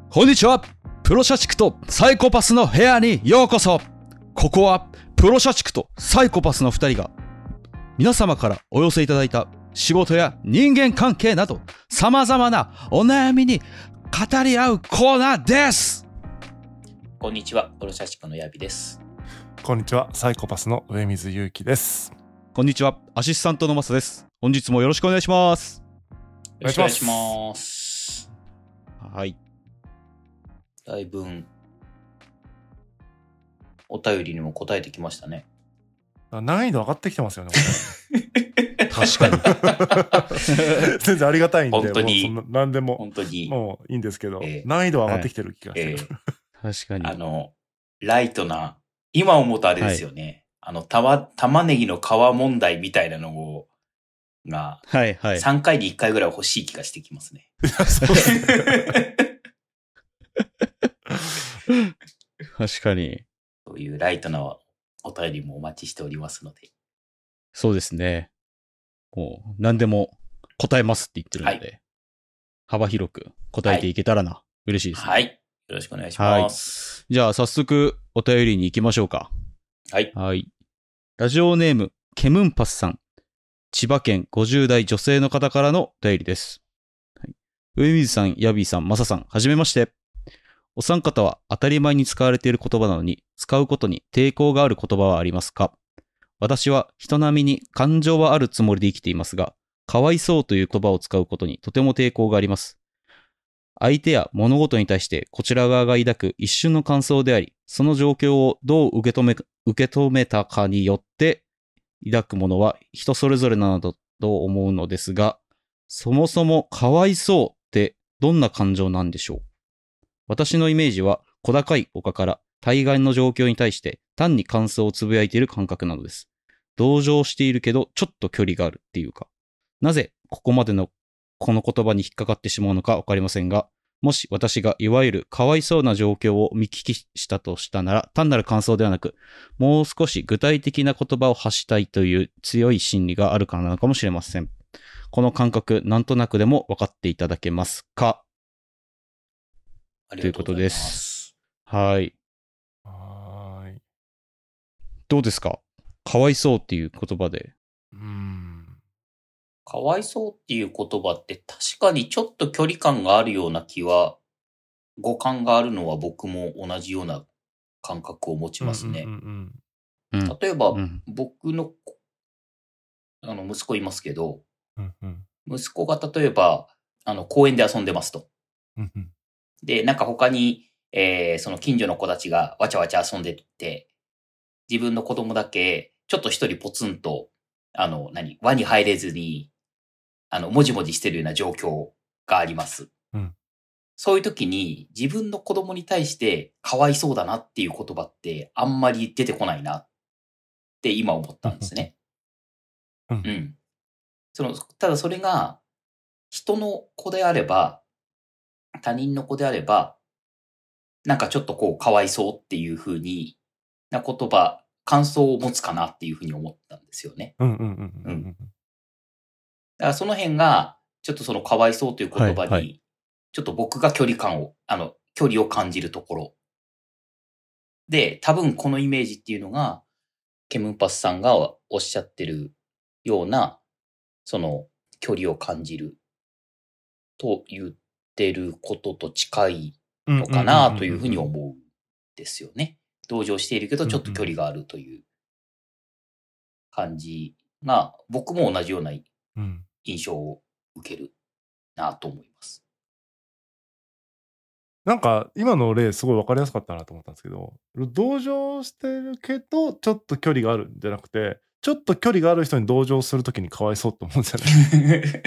こんにちは。プロ社畜とサイコパスの部屋にようこそ。ここはプロ社畜とサイコパスの2人が皆様からお寄せいただいた仕事や人間関係など様々なお悩みに語り合うコーナーです。 こんにちは、プロ社畜のヤビです。 こんにちは、サイコパスの上水祐樹です。 こんにちは、アシスタントのマサです。本日もよろしくお願いします。 よろしくお願いします。 はい。 だいぶお便りにも答えてきましたね。 難易度上がってきてますよね。 確かに。 全然ありがたいんで、 本当にもう何でも本当にもういいんですけど、難易度上がってきてる気がする。 確かに。 ライトな、今思うとあれですよね。玉ねぎの皮問題みたいなのが、 はいはい。 3回に1回ぐらい欲しい気がしてきますね。 そうですね。 確かに。 そういうライトなお便りもお待ちしておりますので。 そうですね。もう何でも答えますって言ってるので、幅広く答えていけたらな、嬉しいですね。 はい。よろしくお願いします。 じゃあ早速お便りに行きましょうか。 はい。 はい。ラジオネームケムンパスさん。千葉県50代女性の方からのお便りです。はい、上水さん、ヤビーさん、マサさん、はじめまして。お三方は当たり前に使われている言葉なのに、使うことに抵抗がある言葉はありますか？私は人並みに感情はあるつもりで生きていますが、かわいそうという言葉を使うことにとても抵抗があります。相手や物事に対してこちら側が抱く一瞬の感想であり、その状況をどう受け止めたかによって抱くものは人それぞれなのだと思うのですが、そもそもかわいそうってどんな感情なんでしょう？私のイメージは小高い丘から対岸の状況に対して単に感想をつぶやいている感覚なのです。同情しているけどちょっと距離があるっていうか、なぜここまでのこの言葉に引っかかってしまうのかわかりませんが、もし私がいわゆるかわいそうな状況を見聞きしたとしたなら、単なる感想ではなく、もう少し具体的な言葉を発したいという強い心理があるからなのかもしれません。この感覚、なんとなくでも分かっていただけますか？ ということです。 はい。どうですか？かわいそうっていう言葉で。 かわいそうっていう言葉って確かにちょっと距離感があるような気は、語感があるのは僕も同じような感覚を持ちますね。例えば、僕の息子いますけど、息子が例えば公園で遊んでますと。で、なんか他に、その近所の子たちがわちゃわちゃ遊んでて、自分の子供だけちょっと一人ポツンと輪に入れずにもじもじしてるような状況があります。そういう時に自分の子供に対してかわいそうだなっていう言葉ってあんまり出てこないなって今思ったんですね。ただそれが人の子であれば、他人の子であれば、なんかちょっとこうかわいそうっていう風にな言葉、感想を持つかなっていう風に思ったんですよね。だからその辺が、ちょっとそのかわいそうという言葉に、ちょっと僕が距離を感じるところ。で、多分このイメージっていうのが、ケムンパスさんがおっしゃってるような、その距離を感じると言ってることと近いのかなというふうに思うんですよね。同情しているけどちょっと距離があるという感じが、僕も同じような印象を受けるなと思います。 なんか今の例すごい分かりやすかったなと思ったんですけど、同情してるけどちょっと距離があるんじゃなくて、ちょっと距離がある人に同情するときにかわいそうって思うんですよね。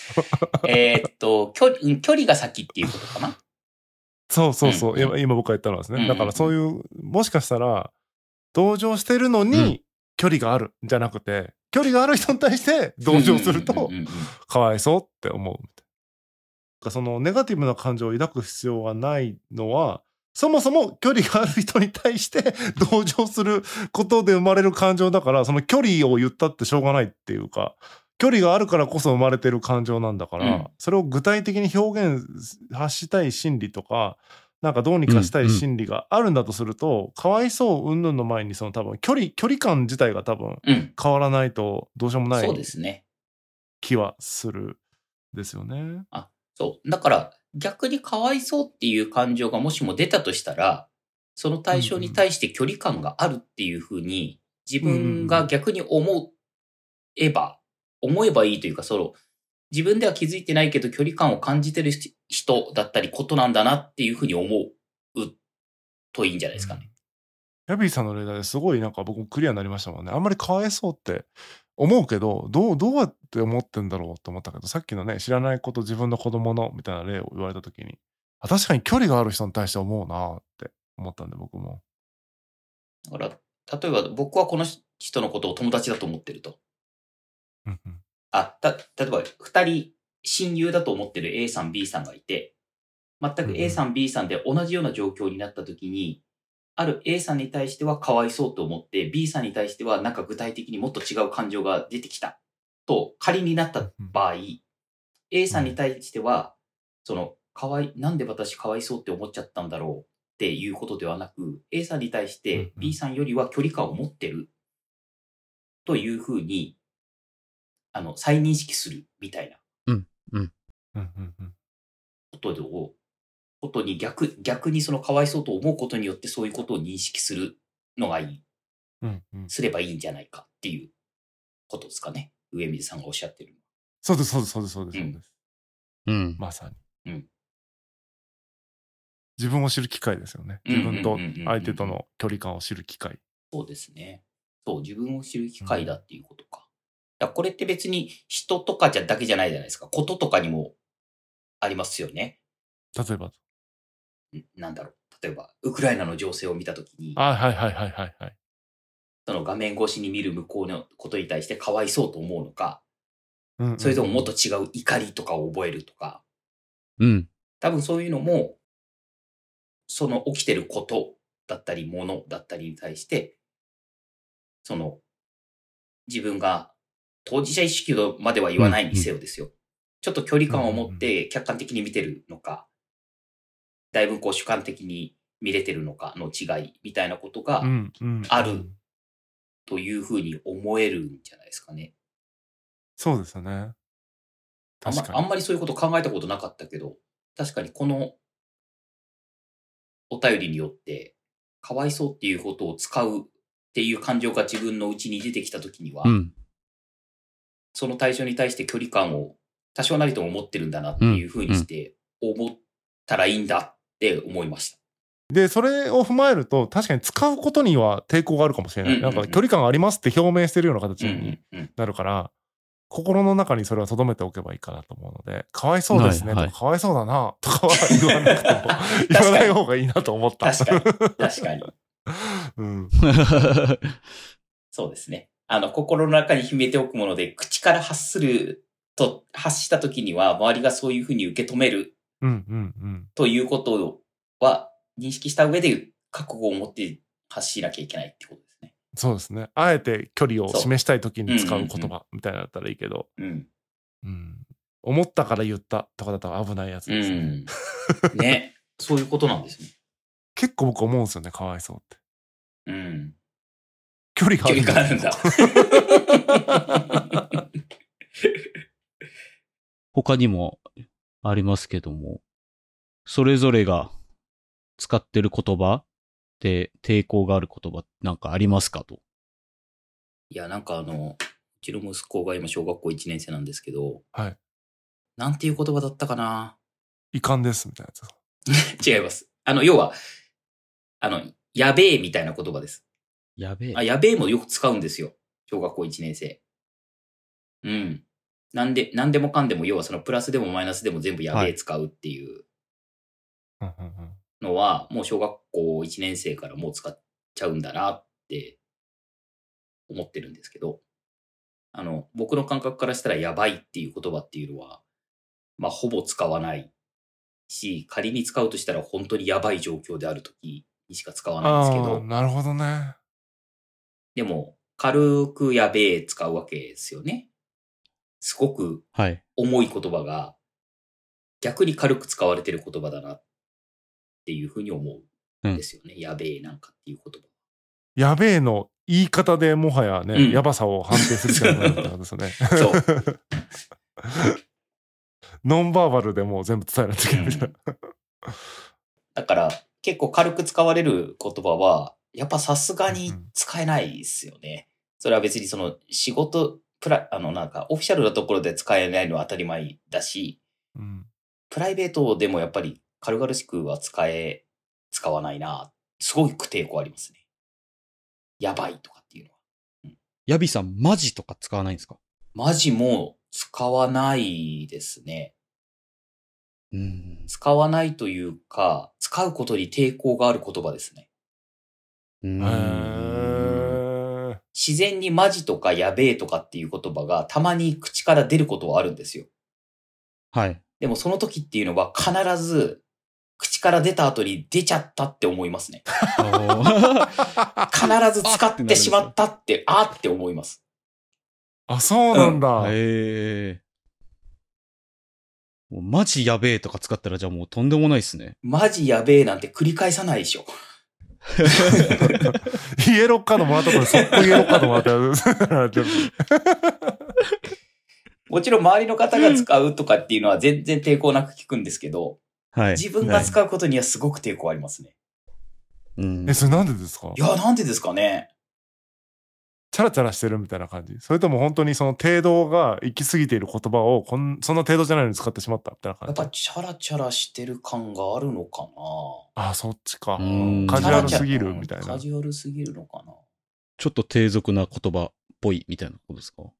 距離が先っていうことかな。 そう、今僕が言ったのはですね。だからそういう、もしかしたら同情してるのに距離があるんじゃなくて、距離がある人に対して同情するとかわいそうって思うみたいな。そのネガティブな感情を抱く必要がないのは、そもそも距離がある人に対して同情することで生まれる感情だから、その距離を言ったってしょうがないっていうか、 距離があるからこそ生まれてる感情なんだから、それを具体的に表現発したい心理とか、なんかどうにかしたい心理があるんだとすると、かわいそう云々の前にその多分距離感自体が多分変わらないとどうしようもない気はするですよね。 そうだから逆にかわいそうっていう感情がもしも出たとしたら、その対象に対して距離感があるっていうふうに自分が逆に思えばいいというか、自分では気づいてないけど距離感を感じてる人だったりことなんだなっていうふうに思うといいんじゃないですかね。 ヤビーさんの例題ですごいなんか僕クリアになりましたもんね。あんまりかわいそうって思うけど、どうやって思ってんだろうと思ったけど、さっきのね、知らないこと自分の子供のみたいな例を言われたときに、確かに距離がある人に対して思うなって思ったんで、僕も。 だから、例えば僕はこの人のことを友達だと思ってると。例えば2人親友だと思ってる A さん B さんがいて、全く A さん B さんで同じような状況になった時に、ある A さんに対してはかわいそうと思って、B さんに対してはなんか具体的にもっと違う感情が出てきたと仮になった場合、A さんに対してはなんで私かわいそうって思っちゃったんだろうっていうことではなく、A さんに対して B さんよりは距離感を持ってるというふうに再認識するみたいなことに逆にそのかわいそうと思うことによってそういうことを認識するのがいい、すればいいんじゃないかっていうことですかね。上水さんがおっしゃってる。 そうです。まさに。自分を知る機会ですよね。自分と相手との距離感を知る機会。 そうですね。自分を知る機会だっていうことか。これって別に人とかだけじゃないじゃないですか。こととかにもありますよね。 例えばなんだろう。例えば、ウクライナの情勢を見たときに、その画面越しに見る向こうのことに対してかわいそうと思うのか、それとももっと違う怒りとかを覚えるとか、多分そういうのも、その起きてることだったり、ものだったりに対して、自分が当事者意識までは言わないにせよですよ。ちょっと距離感を持って客観的に見てるのか、だいぶ主観的に見れてるのかの違いみたいなことがあるというふうに思えるんじゃないですかね。 そうですよね。 確かに。あんまりそういうこと考えたことなかったけど、確かにこのお便りによって、かわいそうっていうことを使うっていう感情が自分の内に出てきたときには、その対象に対して距離感を多少なりとも持ってるんだなっていうふうにして思ったらいいんだって思いました。 で、それを踏まえると、確かに使うことには抵抗があるかもしれない。なんか距離感ありますって表明してるような形になるから、心の中にそれは留めておけばいいかなと思うので、かわいそうですねとか、かわいそうだなとかは言わなくても、言わない方がいいなと思った。 確かに。そうですね。心の中に秘めておくもので、口から発したときには、周りがそういうふうに受け止めるということは認識した上で覚悟を持って発しなきゃいけないってことですね。 そうですね。あえて距離を示したいときに使う言葉みたいなだったらいいけど、思ったから言ったとかだったら危ないやつですね。 ね。そういうことなんですね。 結構僕思うんですよね、かわいそうって。距離があるんだ。 他にもありますけども、それぞれが使ってる言葉で抵抗がある言葉なんかありますかと。 いや、なんかうちの息子が今小学校1年生なんですけど、なんていう言葉だったかな。 遺憾ですみたいなやつ。違います。要は、やべえみたいな言葉です。 やべえ。 やべえもよく使うんですよ。小学校1年生。なんでもかんでも、要はそのプラスでもマイナスでも全部やべえ使うっていうのは、もう小学校1年生からもう使っちゃうんだなって思ってるんですけど、僕の感覚からしたらやばいっていう言葉っていうのは、ほぼ使わないし、仮に使うとしたら本当にやばい状況であるときにしか使わないんですけど。 なるほどね。 でも、軽くやべえ使うわけですよね。 すごくはい。 重い言葉が逆に軽く使われてる言葉だなっていうふうに思うんですよね。やべえなんかっていう言葉。 やべえの言い方でもはやね、やばさを判定するみたいなことですよね。 そう。 ノンバーバルでもう全部伝えられてるみたいな。 だから結構軽く使われる言葉は、やっぱさすがに使えないですよね。それは別にその仕事、なんかオフィシャルなところで使えないのは当たり前だし、プライベートでもやっぱり軽々しくは使わないな。すごく抵抗ありますね。やばいとかっていうのは。 ヤビさん、マジとか使わないんですか？ マジも使わないですね。使わないというか、使うことに抵抗がある言葉ですね。自然にマジとかやべえとかっていう言葉がたまに口から出ることはあるんですよ。 はい。 でもその時っていうのは必ず口から出た後に出ちゃったって思いますね。必ず使ってしまったって、あって思います。 あ、そうなんだ。 もうマジやべえとか使ったらじゃあもうとんでもないっすね。 マジやべえなんて繰り返さないでしょ。 イエローカードもらったとそっとイエローカードもらったよ。 もちろん周りの方が使うとかっていうのは全然抵抗なく聞くんですけど、 はい、 自分が使うことにはすごく抵抗ありますね。 それなんでですか？ いや、なんでですかね。 チャラチャラしてるみたいな感じ？それとも本当にその程度が行き過ぎている言葉をそんな程度じゃないのに使ってしまったみたいな感じ？ やっぱチャラチャラしてる感があるのかな。 あ、そっちか。カジュアルすぎるみたいな。 カジュアルすぎるのかな。 ちょっと低俗な言葉っぽいみたいなことですか？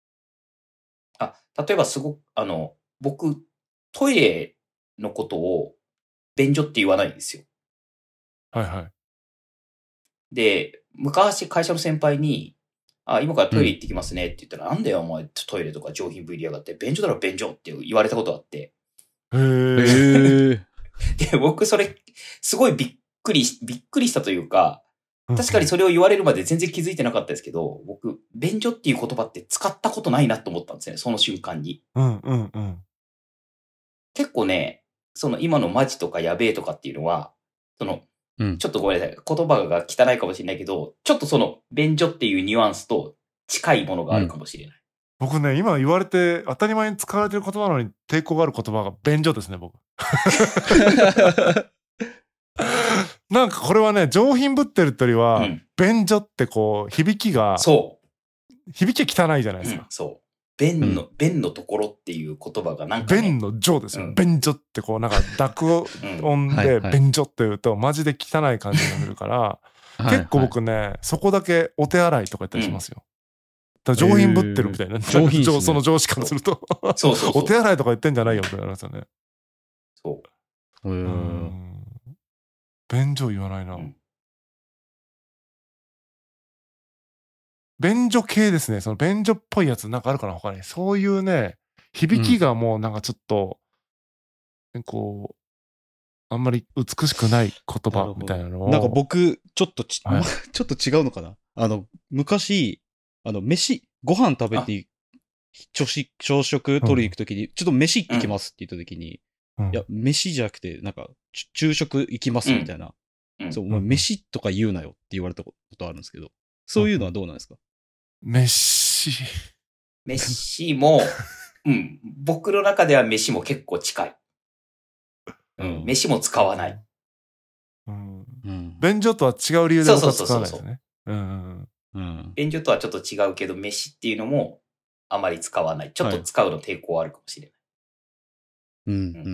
例えば僕、トイレのことを便所って言わないんですよ。 はいはい。 で、昔会社の先輩に、今からトイレ行ってきますねって言ったら、なんだよお前トイレとか上品ぶりやがって、便所だろ便所って言われたことがあって。で、僕それ、すごいびっくりしたというか、確かにそれを言われるまで全然気づいてなかったですけど、僕、便所っていう言葉って使ったことないなと思ったんですね、その瞬間に。結構ね、その今のマジとかやべえとかっていうのは、ちょっとごめんなさい、言葉が汚いかもしれないけど、ちょっとその便所っていうニュアンスと近いものがあるかもしれない。 僕ね、今言われて当たり前に使われてる言葉なのに抵抗がある言葉が便所ですね、僕。なんかこれはね、上品ぶってるってよりは、便所ってこう、響きが汚いじゃないですか。 そう。便のところっていう言葉がなんか、ね。 便の所ですよ。便所ってこう、なんか濁音で便所って言うと、マジで汚い感じがするから、結構僕ね、そこだけお手洗いとか言ったりしますよ。だ上品ぶってるみたいな。上品、その上司からすると。お手洗いとか言ってんじゃないよってなりますよね。 そう。 便所言わないな。便所系ですね。その便所っぽいやつなんかあるかな他に。そういうね、響きがもうなんかちょっと、こう、あんまり美しくない言葉みたいなのを。 なんか僕、ちょっとちょっと違うのかな。昔、ご飯食べて、朝食取り行くときに、ちょっと飯行きますって言ったときに、いや、飯じゃなくて、なんか、昼食行きますみたいな。そう、飯とか言うなよって言われたことあるんですけど、そういうのはどうなんですか？ 飯も、僕の中では飯も結構近い。飯も使わない。 便所とは違う理由で僕は使わないですね。 便所とはちょっと違うけど、飯っていうのもあまり使わない。ちょっと使うの抵抗あるかもしれない。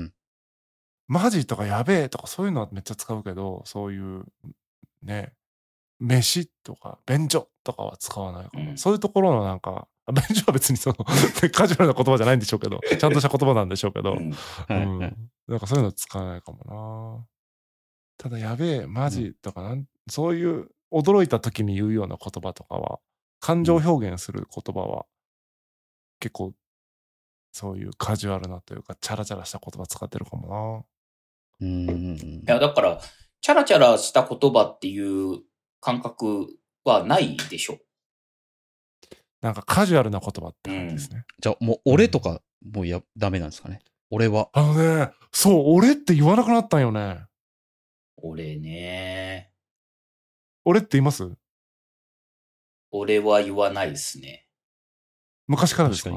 マジとかやべえとかそういうのはめっちゃ使うけど、そういうね、飯とか便所とかは使わないかな。そういうところのなんか、便所は別にそのカジュアルな言葉じゃないんでしょうけど、ちゃんとした言葉なんでしょうけど、なんかそういうの使わないかもな。ただやべえ、マジとかそういう驚いた時に言うような言葉とかは、感情表現する言葉は、結構、そういうカジュアルなというか、チャラチャラした言葉使ってるかもな。 いや、だから、チャラチャラした言葉っていう感覚はないでしょ。 なんかカジュアルな言葉って感じですね。 じゃあもう俺とかもうダメなんですかね。俺は。 そう、俺って言わなくなったんよね。 俺ね。 俺って言います？ 俺は言わないですね。 昔からですか？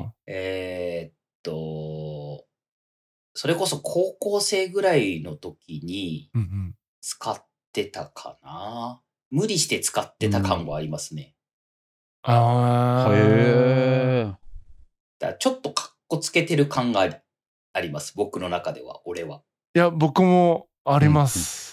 それこそ高校生ぐらいの時に使ってたかな。無理して使ってた感はありますね。 へー。 だからちょっとカッコつけてる感があります。僕の中では、俺は。 いや、僕もあります。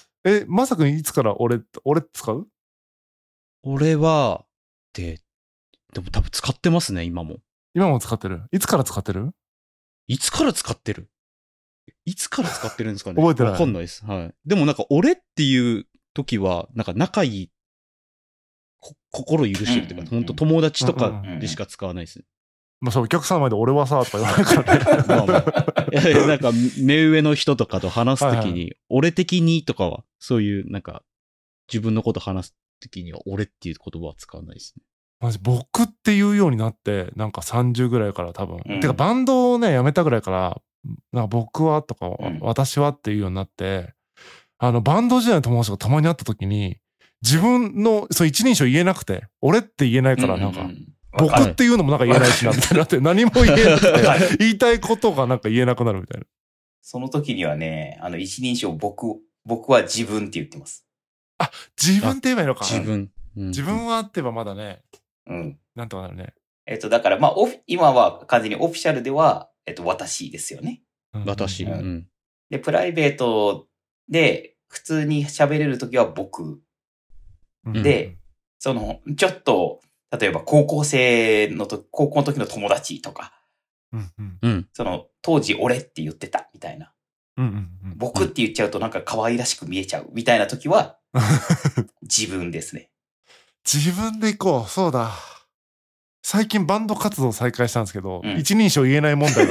まさくんいつから俺使う？ 俺は、でも多分使ってますね、今も。 今も使ってる？いつから使ってる？ いつから使ってるんですかね。 覚えてない。 わかんないです。はい。でもなんか俺っていう時は、なんか仲いい、心許してるっていうか、本当友達とかでしか使わないですね。 まあそう、お客様で俺はさ、とか言わないからね。 まあまあ。いやなんか目上の人とかと話すときに、俺的にとかは、そういうなんか、自分のこと話すときには俺っていう言葉は使わないですね。 マジ僕っていうようになって、なんか30ぐらいから多分。てかバンドをね、やめたぐらいから、なんか僕はとか、私はっていうようになって、バンド時代の友達がたまに会った時に、自分の、そう一人称言えなくて、俺って言えないからなんか、僕っていうのもなんか言えないしな、みたいになって、何も言えなくて、言いたいことがなんか言えなくなるみたいな。 その時にはね、一人称僕は自分って言ってます。 あ、自分って言えばいいのか。 自分。 自分はあってばまだね。なんとかなるね。 だからまあ、今は完全にオフィシャルでは、私ですよね。 私。 で、プライベートで普通に喋れるときは僕。で、ちょっと、例えば高校の時の友達とか、当時俺って言ってたみたいな。僕って言っちゃうとなんか可愛らしく見えちゃうみたいな時は、自分ですね。 自分で行こう。そうだ。最近バンド活動再開したんですけど、一人称言えない問題が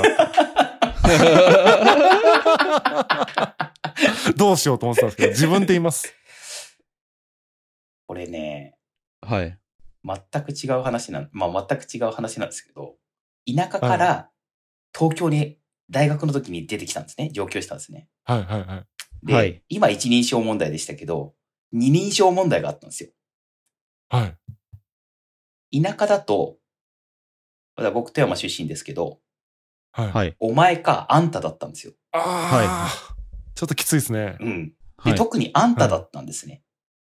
あった。どうしようと思ってたんですけど、自分って言います。 これね。 はい。 全く違う話なんですけど、田舎から東京に大学の時に出てきたんですね。上京したんですね。で、今一人称問題でしたけど、二人称問題があったんですよ。田舎だと、僕富山出身ですけど、お前かあんただったんですよ。 ちょっときついですね。 で、特にあんただったんですね。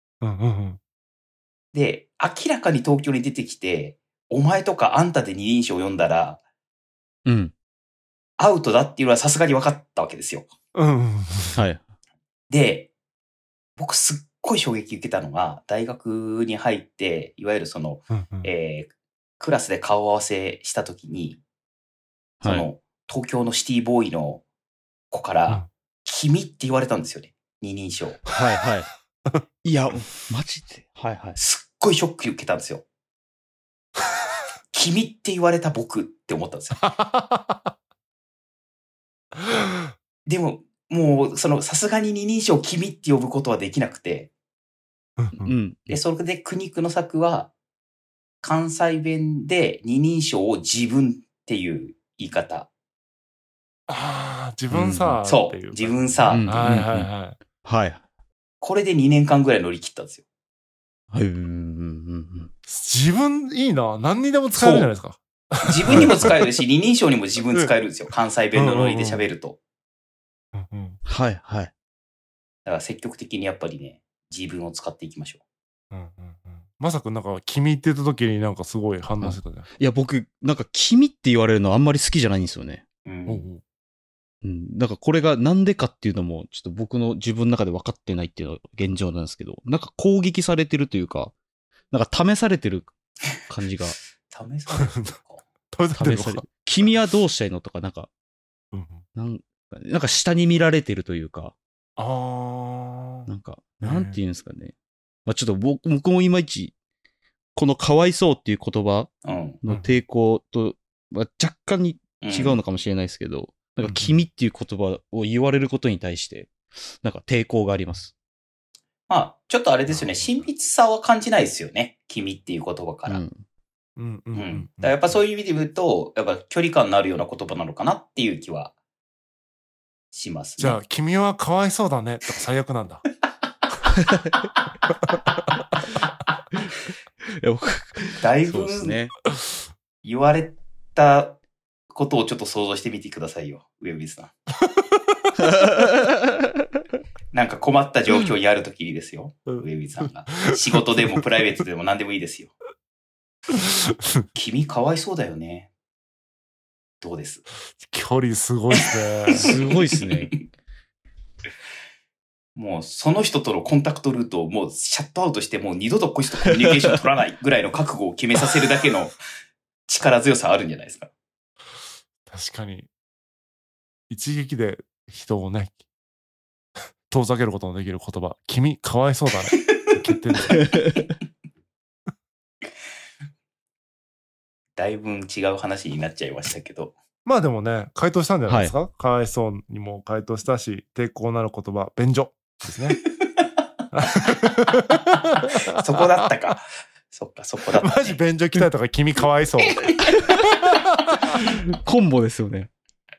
で、明らかに東京に出てきて、お前とかあんたで二人称を読んだら、アウトだっていうのはさすがに分かったわけですよ。で、僕すっごい衝撃受けたのが、大学に入って、いわゆるクラスで顔合わせしたときに、東京のシティボーイの子から、君って言われたんですよね。二人称。 いや、マジで。 すっごいショック受けたんですよ。君って言われた僕って思ったんですよ。でも、もう、さすがに二人称君って呼ぶことはできなくて。で、それで苦肉の策は、関西弁で二人称を自分っていう言い方。 自分さ。 そう、自分さ。これで2年間ぐらい乗り切ったんですよ。 自分いいな。何にでも使えるじゃないですか。 自分にも使えるし、二人称にも自分使えるんですよ。関西弁のノリで喋ると。だから積極的にやっぱりね、自分を使っていきましょう。 まさかなんか、君って言った時になんかすごい反応してたじゃん。 いや、僕、なんか君って言われるのあんまり好きじゃないんですよね。なんかこれがなんでかっていうのも、ちょっと僕の自分の中で分かってないっていうのが現状なんですけど、なんか攻撃されてるというか、なんか試されてる感じが。 試されてるのか。 試されてる。 君はどうしたいのとか、なんか、なんか下に見られてるというか、なんか、なんて言うんですかね。まあちょっと僕もいまいち、このかわいそうっていう言葉の抵抗と、若干に違うのかもしれないですけど、なんか君っていう言葉を言われることに対して、なんか抵抗があります。 まあ、ちょっとあれですよね。親密さは感じないですよね。君っていう言葉から。 だからやっぱそういう意味で言うと、やっぱ距離感のあるような言葉なのかなっていう気はしますね。 じゃあ、君はかわいそうだねとか最悪なんだ。 だいぶ言われたことをちょっと想像してみてくださいよ、上水さん。なんか困った状況にあるときにですよ、上水さんが。仕事でもプライベートでも何でもいいですよ。君かわいそうだよね。どうです？ 距離すごいですね。 すごいですね。 もうその人とのコンタクトルートをもうシャットアウトして、もう二度とこいつとコミュニケーション取らないぐらいの覚悟を決めさせるだけの力強さあるんじゃないですか。 確かに。一撃で人をね、遠ざけることのできる言葉。君かわいそうだね。決定です。 だいぶ違う話になっちゃいましたけど。 まあでもね、回答したんじゃないですか、かわいそうにも回答したし、抵抗なる言葉、便所ですね。 そこだったか。そっか、そこだった、ね。 マジ便所来たとか君かわいそう。 コンボですよね。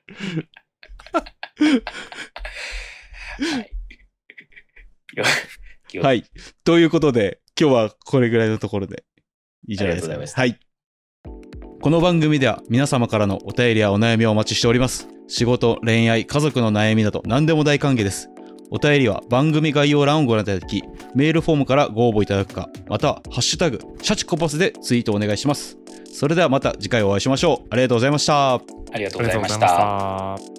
はい。 はい。ということで、今日はこれぐらいのところでいいじゃないですか。はい。この番組では皆様からのお便りやお悩みをお待ちしております。仕事、恋愛、家族の悩みなど何でも大歓迎です。お便りは番組概要欄をご覧いただき、メールフォームからご応募いただくか、またはハッシュタグシャチコパスでツイートお願いします。それではまた次回お会いしましょう。ありがとうございました。 ありがとうございました。